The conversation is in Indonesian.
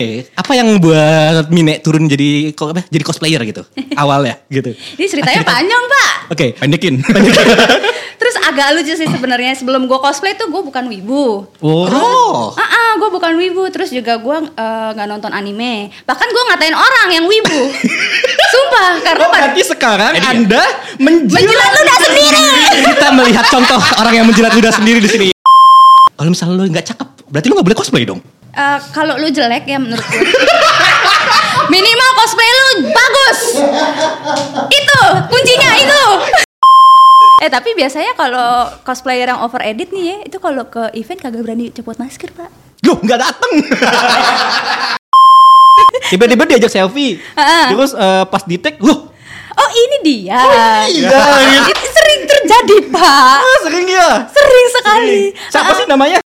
Apa yang buat Mine turun jadi cosplayer gitu? Awalnya gitu. Ini ceritanya panjang, Pak. Oke, pendekin. Terus agak lucu sih sebenarnya. Sebelum gue cosplay tuh gue bukan wibu. Gue bukan wibu. Terus juga gue nggak nonton anime. Bahkan gue ngatain orang yang wibu. Sumpah, karena berarti sekarang Anda menjilat ludah sendiri. Kita melihat contoh orang yang menjilat ludah sendiri di sini. Kalau misalnya lu nggak cakep, berarti lu nggak boleh cosplay dong. Kalau lu jelek ya menurut gue. Minimal cosplay lu bagus. Itu kuncinya itu. Tapi biasanya kalau cosplayer yang over edit nih ya, itu kalau ke event kagak berani copot masker, Pak. Loh, nggak dateng. Tiba-tiba diajak selfie. Terus pas di tag, loh. Oh, ini dia. Iya. Itu sering terjadi, Pak. Sering ya? Sering sekali. Siapa sih namanya?